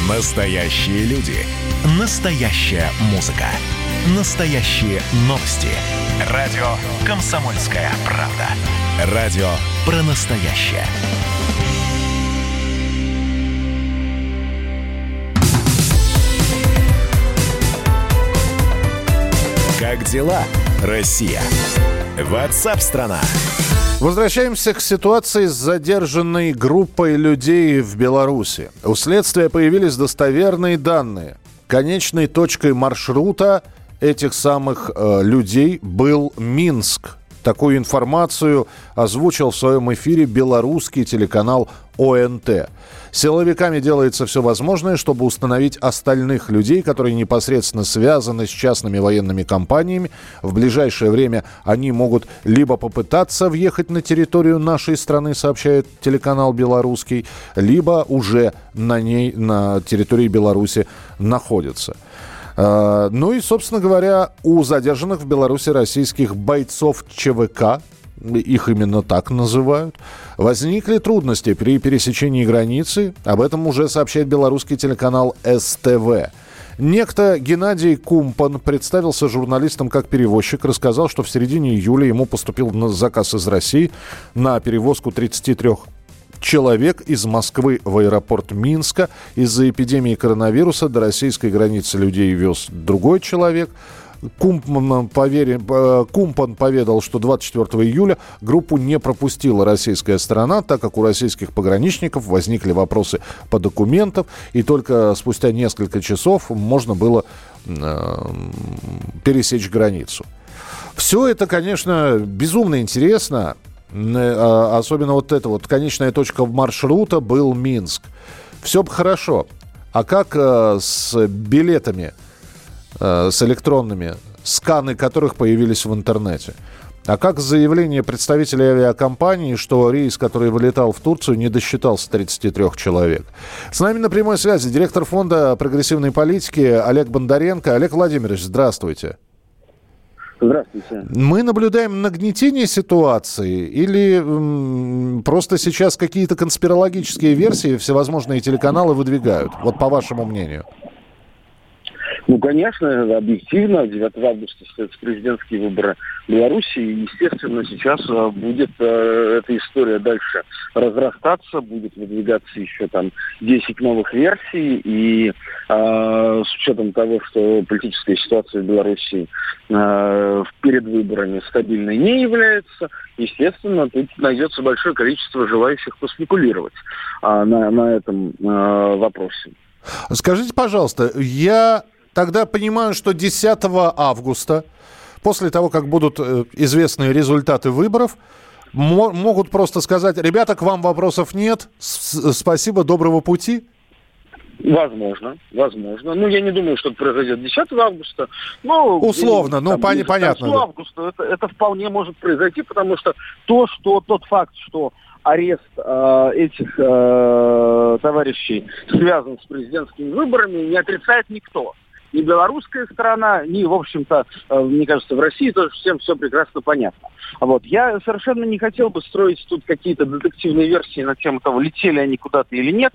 Настоящие люди. Настоящая музыка. Настоящие новости. Радио «Комсомольская правда». Радио про настоящее. Как дела, Россия? WhatsApp-страна. Возвращаемся к ситуации с задержанной группой людей в Беларуси. У следствия появились достоверные данные. Конечной точкой маршрута этих самых людей был Минск. Такую информацию озвучил в своем эфире белорусский телеканал ОНТ. Силовиками делается все возможное, чтобы установить остальных людей, которые непосредственно связаны с частными военными компаниями. В ближайшее время они могут либо попытаться въехать на территорию нашей страны, сообщает телеканал белорусский, либо уже на ней, на территории Беларуси, находятся. Ну и, собственно говоря, у задержанных в Беларуси российских бойцов ЧВК, их именно так называют, возникли трудности при пересечении границы. Об этом уже сообщает белорусский телеканал СТВ. Некто Геннадий Кумпан представился журналистом как перевозчик, рассказал, что в середине июля ему поступил заказ из России на перевозку 33 человек из Москвы в аэропорт Минска. Из-за эпидемии коронавируса до российской границы людей вез другой человек. Кумпан поведал, что 24 июля группу не пропустила российская сторона, так как у российских пограничников возникли вопросы по документам, и только спустя несколько часов можно было пересечь границу. Все это, конечно, безумно интересно. Особенно вот эта вот конечная точка маршрута был Минск. Все бы хорошо. А как с билетами, с электронными, сканы которых появились в интернете? А как заявление представителей авиакомпании, что рейс, который вылетал в Турцию, не досчитался 33 человек? С нами на прямой связи директор фонда прогрессивной политики Олег Бондаренко. Олег Владимирович, здравствуйте. Здравствуйте. Мы наблюдаем нагнетение ситуации или просто сейчас какие-то конспирологические версии всевозможные телеканалы выдвигают? Вот по вашему мнению. Ну, конечно, объективно, 9 августа состоятся президентские выборы в Беларуси, и, естественно, сейчас будет эта история дальше разрастаться, будет выдвигаться еще там 10 новых версий, и с учетом того, что политическая ситуация в Беларуси перед выборами стабильной не является, естественно, тут найдется большое количество желающих поспекулировать на этом вопросе. Скажите, пожалуйста, я тогда понимаю, что 10 августа, после того, как будут известны результаты выборов, могут просто сказать: ребята, к вам вопросов нет, спасибо, доброго пути? Возможно. Ну, я не думаю, что это произойдет 10 августа. Но условно, понятно. 10 августа это вполне может произойти, потому что тот факт, что арест этих товарищей связан с президентскими выборами, не отрицает никто. Ни белорусская сторона, ни, в общем-то, мне кажется, в России тоже всем все прекрасно понятно. Вот. Я совершенно не хотел бы строить тут какие-то детективные версии на тему того, летели они куда-то или нет.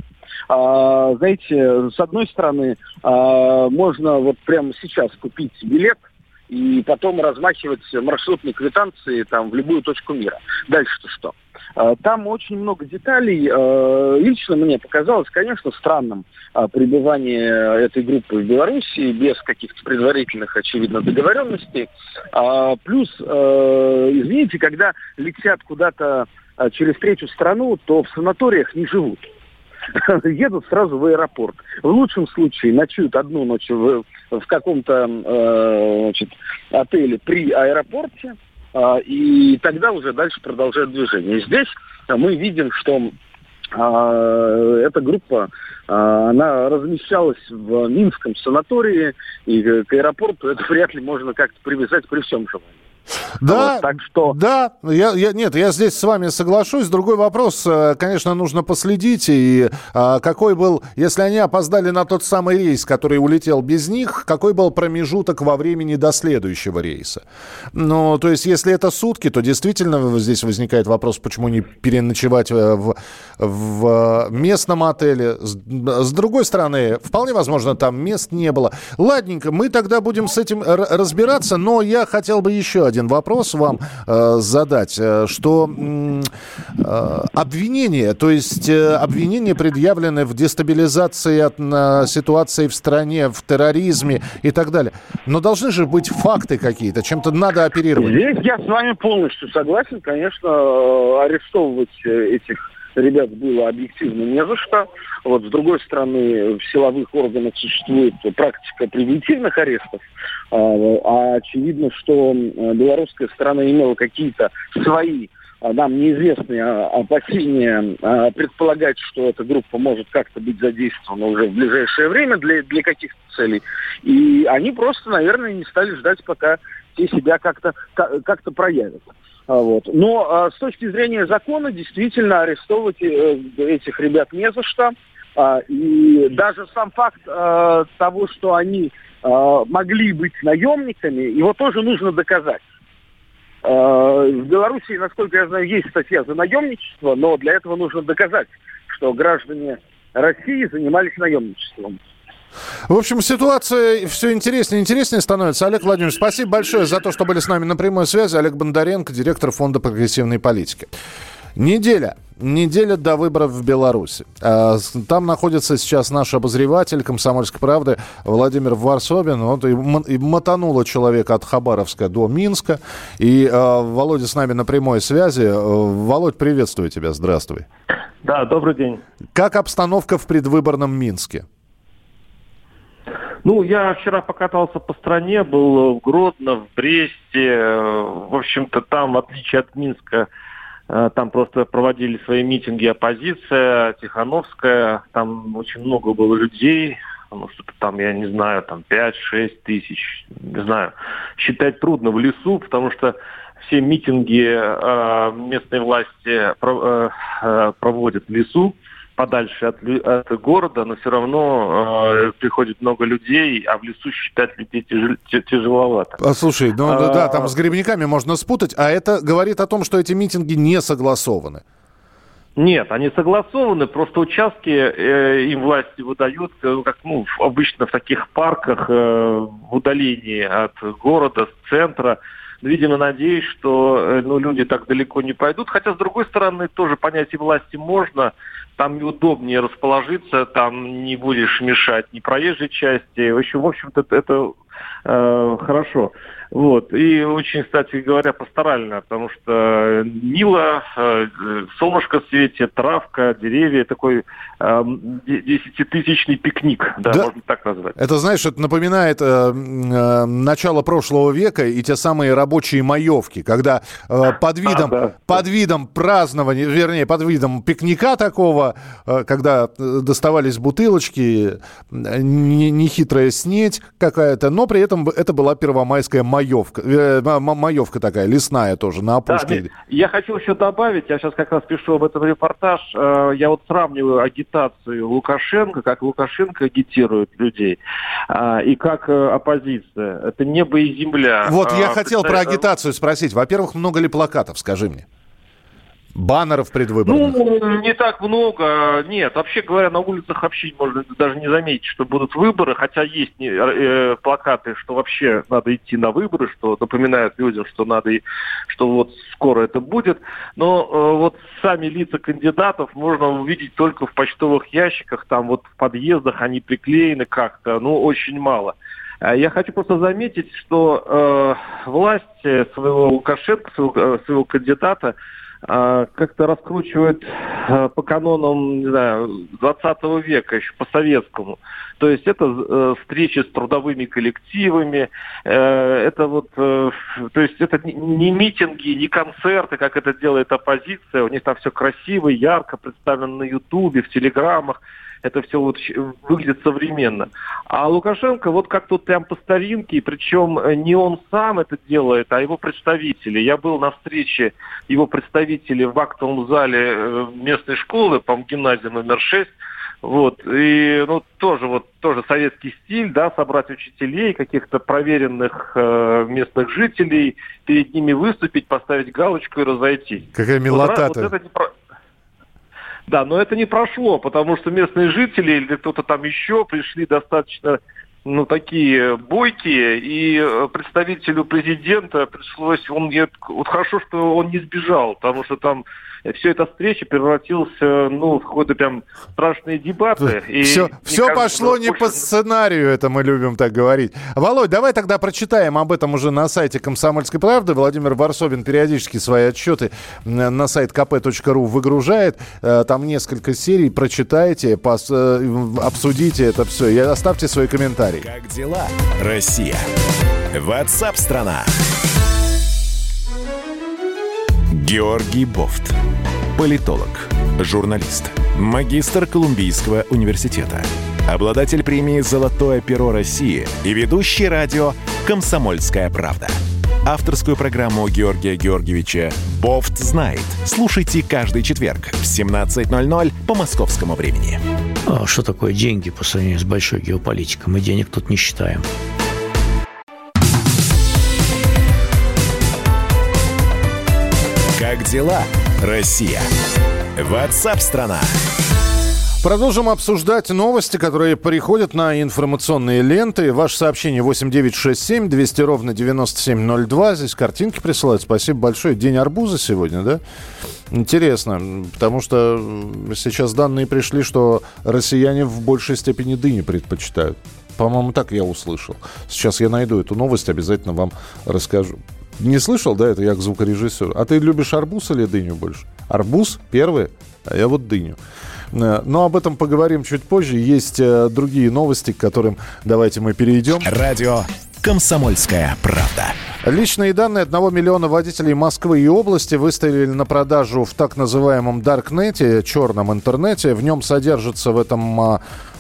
Знаете, с одной стороны, можно вот прямо сейчас купить билет и потом размахивать маршрутной квитанции там в любую точку мира. Дальше-то что? Там очень много деталей. Лично мне показалось, конечно, странным пребывание этой группы в Беларуси без каких-то предварительных, очевидно, договоренностей. Плюс, извините, когда летят куда-то через третью страну, то в санаториях не живут. Едут сразу в аэропорт. В лучшем случае ночуют одну ночь в каком-то отеле при аэропорте, и тогда уже дальше продолжают движение. И здесь мы видим, что эта группа, она размещалась в Минском санатории, и к аэропорту это вряд ли можно как-то привязать при всем желании. Да, вот, так что... да, я здесь с вами соглашусь. Другой вопрос, конечно, нужно последить. И какой был, если они опоздали на тот самый рейс, который улетел без них, какой был промежуток во времени до следующего рейса? Ну, то есть, если это сутки, то действительно здесь возникает вопрос, почему не переночевать в местном отеле. С другой стороны, вполне возможно, там мест не было. Ладненько, мы тогда будем с этим разбираться, но я хотел бы еще один вопрос вам задать, что обвинения, то есть обвинения предъявлены в дестабилизации ситуации в стране, в терроризме и так далее. Но должны же быть факты какие-то, чем-то надо оперировать. Здесь я с вами полностью согласен. Конечно, арестовывать этих ребят было объективно не за что. Вот, с другой стороны, в силовых органах существует практика превентивных арестов. А очевидно, что белорусская сторона имела какие-то свои, нам неизвестные опасения предполагать, что эта группа может как-то быть задействована уже в ближайшее время для каких-то целей. И они просто, наверное, не стали ждать, пока те себя как-то проявят. Вот. Но с точки зрения закона действительно арестовывать этих ребят не за что. И даже сам факт того, что они могли быть наемниками, его тоже нужно доказать. В Беларуси, насколько я знаю, есть статья за наемничество, но для этого нужно доказать, что граждане России занимались наемничеством. В общем, ситуация все интереснее и интереснее становится. Олег Владимирович, спасибо большое за то, что были с нами на прямой связи. Олег Бондаренко, директор Фонда прогрессивной политики. Неделя до выборов в Беларуси. Там находится сейчас наш обозреватель «Комсомольской правды» Владимир Варсобин. Вот и мотануло человека от Хабаровска до Минска. И Володя с нами на прямой связи. Володь, приветствую тебя. Здравствуй. Да, добрый день. Как обстановка в предвыборном Минске? Ну, я вчера покатался по стране, был в Гродно, в Бресте. В общем-то, там, в отличие от Минска, там просто проводили свои митинги оппозиция, Тихановская. Там очень много было людей. Ну, что-то там, я не знаю, там 5-6 тысяч. Не знаю. Считать трудно в лесу, потому что все митинги местной власти проводят в лесу, подальше от города, но все равно приходит много людей, а в лесу считать людей тяжеловато. Слушай, да, там с грибниками можно спутать, а это говорит о том, что эти митинги не согласованы. Нет, они согласованы, просто участки им власти выдают, как обычно в таких парках в удалении от города, с центра. Видимо, надеюсь, что люди так далеко не пойдут. Хотя, с другой стороны, тоже понятие власти можно. Там удобнее расположиться, там не будешь мешать ни проезжей части. В общем-то, это хорошо. Вот. И очень, кстати говоря, пасторально, потому что Нила, солнышко светит, травка, деревья, такой 10-тысячный пикник, да, можно так назвать. Это, знаешь, это напоминает начало прошлого века и те самые рабочие маевки, когда под видом празднования, вернее, под видом пикника такого, когда доставались бутылочки, нехитрая снеть какая-то, но при этом это была первомайская маевка такая, лесная тоже, на опушке. Да, я хочу еще добавить, я сейчас как раз пишу об этом репортаж, я вот сравниваю агитацию Лукашенко, как Лукашенко агитирует людей, и как оппозиция. Это небо и земля. Вот я хотел про агитацию спросить. Во-первых, много ли плакатов, скажи мне? Баннеров предвыборных? Ну, не так много. Нет, вообще говоря, на улицах вообще можно даже не заметить, что будут выборы, хотя есть плакаты, что вообще надо идти на выборы, что напоминают людям, что надо, что вот скоро это будет. Но вот сами лица кандидатов можно увидеть только в почтовых ящиках, там вот в подъездах они приклеены как-то, очень мало. Я хочу просто заметить, что власть своего Лукашенко, своего кандидата, как-то раскручивает по канонам, не знаю, 20 века, еще по-советскому. То есть это встречи с трудовыми коллективами, это вот, то есть это не митинги, не концерты, как это делает оппозиция. У них там все красиво, ярко представлено на Ютубе, в телеграммах. это все вот выглядит современно. А Лукашенко вот как-то вот прям по старинке, причем не он сам это делает, а его представители. Я был на встрече его представителей в актовом зале местной школы, по-моему, гимназия номер 6. Вот, и, тоже советский стиль, да, собрать учителей, каких-то проверенных местных жителей, перед ними выступить, поставить галочку и разойтись. Какая милота-то. Да, но это не прошло, потому что местные жители или кто-то там еще пришли достаточно, такие бойкие, и представителю президента пришлось, вот хорошо, что он не сбежал, потому что там все эта встреча превратилась, в какие-то прям страшные дебаты. Все пошло не по сценарию, это мы любим так говорить. Володь, давай тогда прочитаем об этом уже на сайте «Комсомольской правды». Владимир Варсобин периодически свои отчеты на сайт kp.ru выгружает. Там несколько серий, прочитайте, обсудите это все и оставьте свои комментарии. Как дела, Россия? WhatsApp-страна. Георгий Бофт. Политолог, журналист, магистр Колумбийского университета, обладатель премии «Золотое перо России» и ведущий радио «Комсомольская правда». Авторскую программу Георгия Георгиевича «Бофт знает». Слушайте каждый четверг в 17:00 по московскому времени. Что такое деньги по сравнению с большой геополитикой? Мы денег тут не считаем. Как дела, Россия? WhatsApp-страна. Продолжим обсуждать новости, которые приходят на информационные ленты. Ваше сообщение 8967 200 ровно 9702. Здесь картинки присылают. Спасибо большое. День арбуза сегодня, да? Интересно, потому что сейчас данные пришли, что россияне в большей степени дыни предпочитают. По-моему, так я услышал. Сейчас я найду эту новость, обязательно вам расскажу. Не слышал, да, это я к звукорежиссеру. А ты любишь арбуз или дыню больше? Арбуз первый, а я вот дыню. Но об этом поговорим чуть позже. Есть другие новости, к которым давайте мы перейдем. Радио «Комсомольская правда». Личные данные 1 миллиона водителей Москвы и области выставили на продажу в так называемом даркнете, черном интернете. В нем содержатся в этом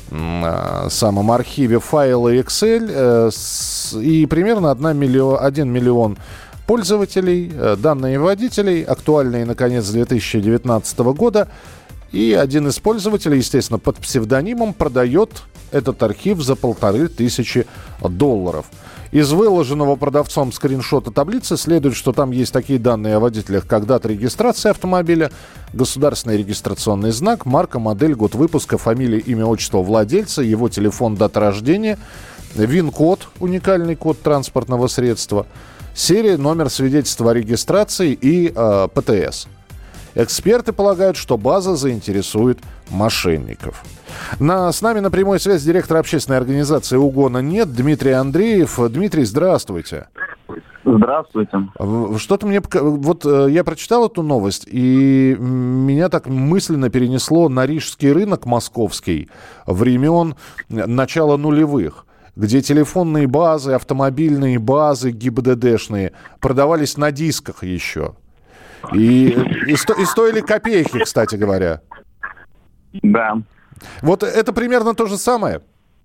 самом архиве файлы Excel и примерно 1 миллион пользователей, данные водителей, актуальные на конец 2019 года. И один из пользователей, естественно, под псевдонимом продает этот архив за $1500. Из выложенного продавцом скриншота таблицы следует, что там есть такие данные о водителях, как дата регистрации автомобиля, государственный регистрационный знак, марка, модель, год выпуска, фамилия, имя, отчество владельца, его телефон, дата рождения, ВИН-код, уникальный код транспортного средства, серия, номер свидетельства о регистрации и ПТС. Эксперты полагают, что база заинтересует мошенников. С нами на прямой связи директор общественной организации «Угона нет» Дмитрий Андреев. Дмитрий, здравствуйте. Здравствуйте. Что-то мне... Вот я прочитал эту новость, и меня так мысленно перенесло на Рижский рынок московский времен начала нулевых, где телефонные базы, автомобильные базы ГИБДДшные продавались на дисках еще. И стоили копейки, кстати говоря. Да. Вот это примерно то же самое?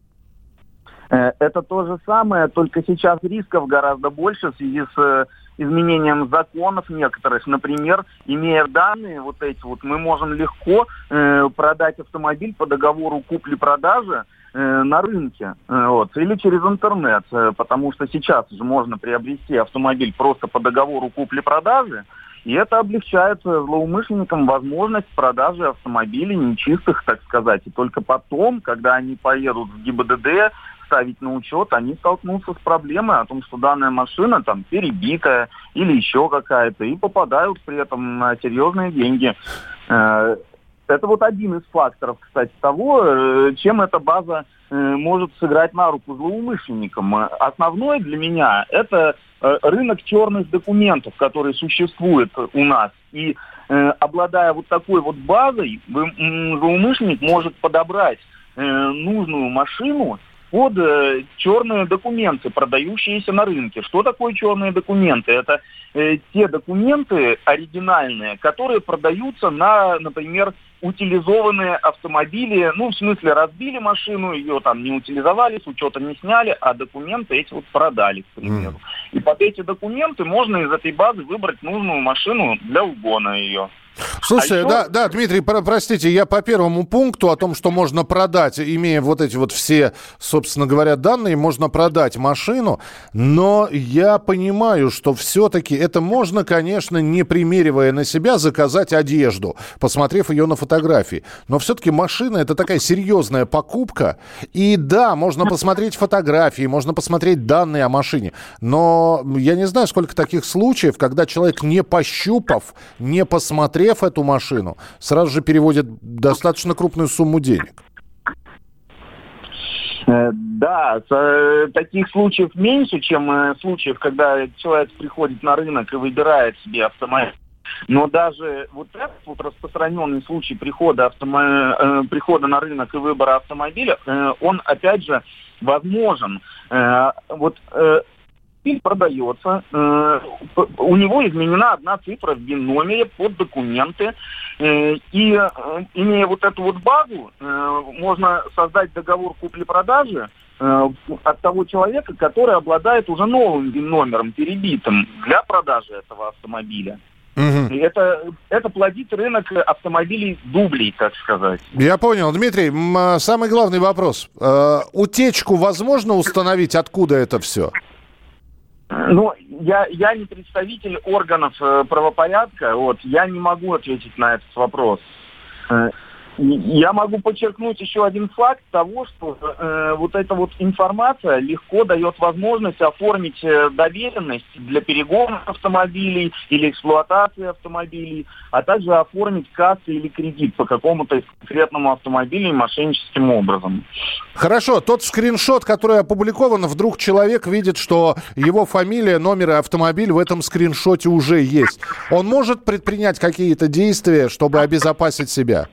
Это то же самое, только сейчас рисков гораздо больше в связи с изменением законов некоторых. Например, имея данные вот эти вот, мы можем легко продать автомобиль по договору купли-продажи на рынке, или через интернет, потому что сейчас же можно приобрести автомобиль просто по договору купли-продажи, и это облегчает злоумышленникам возможность продажи автомобилей нечистых, так сказать. И только потом, когда они поедут в ГИБДД ставить на учет, они столкнутся с проблемой о том, что данная машина там перебитая или еще какая-то, и попадают при этом на серьезные деньги. Это вот один из факторов, кстати, того, чем эта база может сыграть на руку злоумышленникам. Основное для меня – это рынок черных документов, который существует у нас. И обладая вот такой вот базой, злоумышленник может подобрать нужную машину под черные документы, продающиеся на рынке. Что такое черные документы? Это те документы оригинальные, которые продаются на, например, утилизованные автомобили, ну, в смысле, разбили машину, ее там не утилизовали, с учета не сняли, а документы эти вот продали, к примеру. И под эти документы можно из этой базы выбрать нужную машину для угона ее. Слушай, да, Дмитрий, простите, я по первому пункту о том, что можно продать, имея вот эти вот все, собственно говоря, данные, можно продать машину, но я понимаю, что все-таки это можно, конечно, не примеривая на себя, заказать одежду, посмотрев ее на фотографии. Но все-таки машина – это такая серьезная покупка, и да, можно посмотреть фотографии, можно посмотреть данные о машине, но я не знаю, сколько таких случаев, когда человек, не пощупав, не посмотрев эту машину, сразу же переводит достаточно крупную сумму денег. Да, таких случаев меньше, чем случаев, когда человек приходит на рынок и выбирает себе автомобиль. Но даже вот этот вот распространенный случай прихода на рынок и выбора автомобиля, он, опять же, возможен. Продается, у него изменена одна цифра в ВИН-номере под документы, и имея вот эту вот базу, можно создать договор купли-продажи от того человека, который обладает уже новым ВИН-номером, перебитым для продажи этого автомобиля. Угу. И это плодит рынок автомобилей дублей, так сказать. Я понял. Дмитрий, самый главный вопрос. Утечку возможно установить, откуда это все? Ну, я не представитель органов правопорядка, я не могу ответить на этот вопрос. Я могу подчеркнуть еще один факт того, что вот эта вот информация легко дает возможность оформить доверенность для перегона автомобилей или эксплуатации автомобилей, а также оформить кассы или кредит по какому-то конкретному автомобилю мошенническим образом. Хорошо, тот скриншот, который опубликован, вдруг человек видит, что его фамилия, номер и автомобиль в этом скриншоте уже есть. Он может предпринять какие-то действия, чтобы обезопасить себя?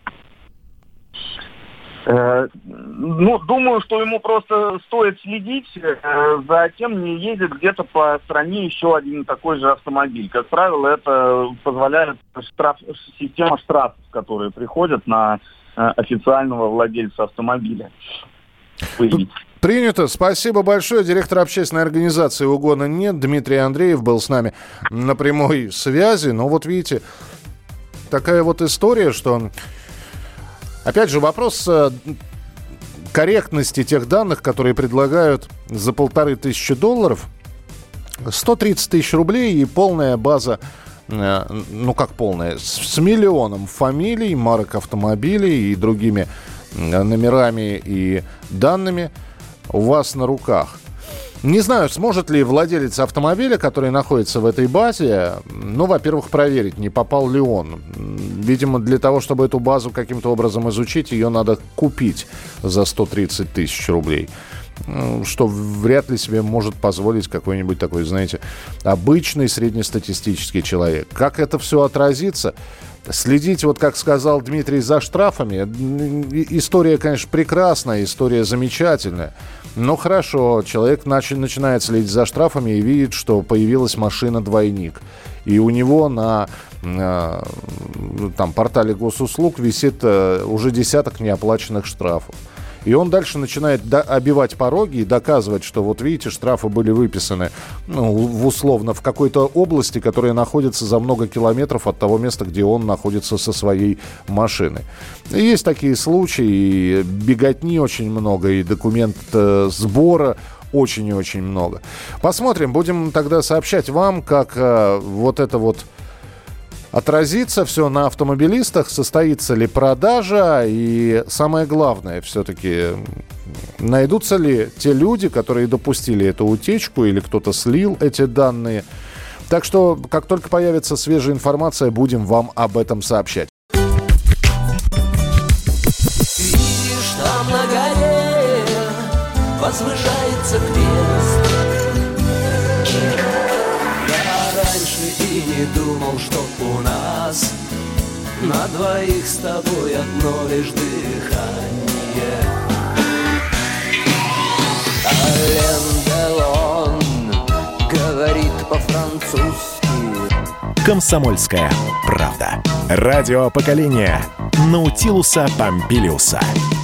Думаю, что ему просто стоит следить за тем, не ездит где-то по стране еще один такой же автомобиль. Как правило, это позволяет система штрафов, которые приходят на официального владельца автомобиля. Принято. Спасибо большое. Директор общественной организации «Угона нет» Дмитрий Андреев был с нами на прямой связи. Но вот видите, такая вот история, что... Опять же, вопрос корректности тех данных, которые предлагают за $1500. 130 тысяч рублей и полная база, как полная, с миллионом фамилий, марок автомобилей и другими номерами и данными у вас на руках. Не знаю, сможет ли владелец автомобиля, который находится в этой базе, во-первых, проверить, не попал ли он. Видимо, для того, чтобы эту базу каким-то образом изучить, ее надо купить за 130 тысяч рублей. Что вряд ли себе может позволить какой-нибудь такой, знаете, обычный среднестатистический человек. Как это все отразится? Следить, как сказал Дмитрий, за штрафами. История, конечно, прекрасная, история замечательная. Но хорошо, человек начинает следить за штрафами и видит, что появилась машина-двойник. И у него на портале госуслуг висит уже десяток неоплаченных штрафов. И он дальше начинает обивать пороги и доказывать, что вот видите, штрафы были выписаны условно в какой-то области, которая находится за много километров от того места, где он находится со своей машиной. И есть такие случаи, и беготни очень много, и документ сбора очень и очень много. Посмотрим, будем тогда сообщать вам, как вот это вот отразится все на автомобилистах, состоится ли продажа, и самое главное, все-таки найдутся ли те люди, которые допустили эту утечку, или кто-то слил эти данные. Так что, как только появится свежая информация, будем вам об этом сообщать. Видишь, там на горе возвышается крест. И не думал, что у нас на двоих с тобой одно лишь дыхание. французский. «Комсомольская правда». Радио поколения Наутилуса Помпилиуса.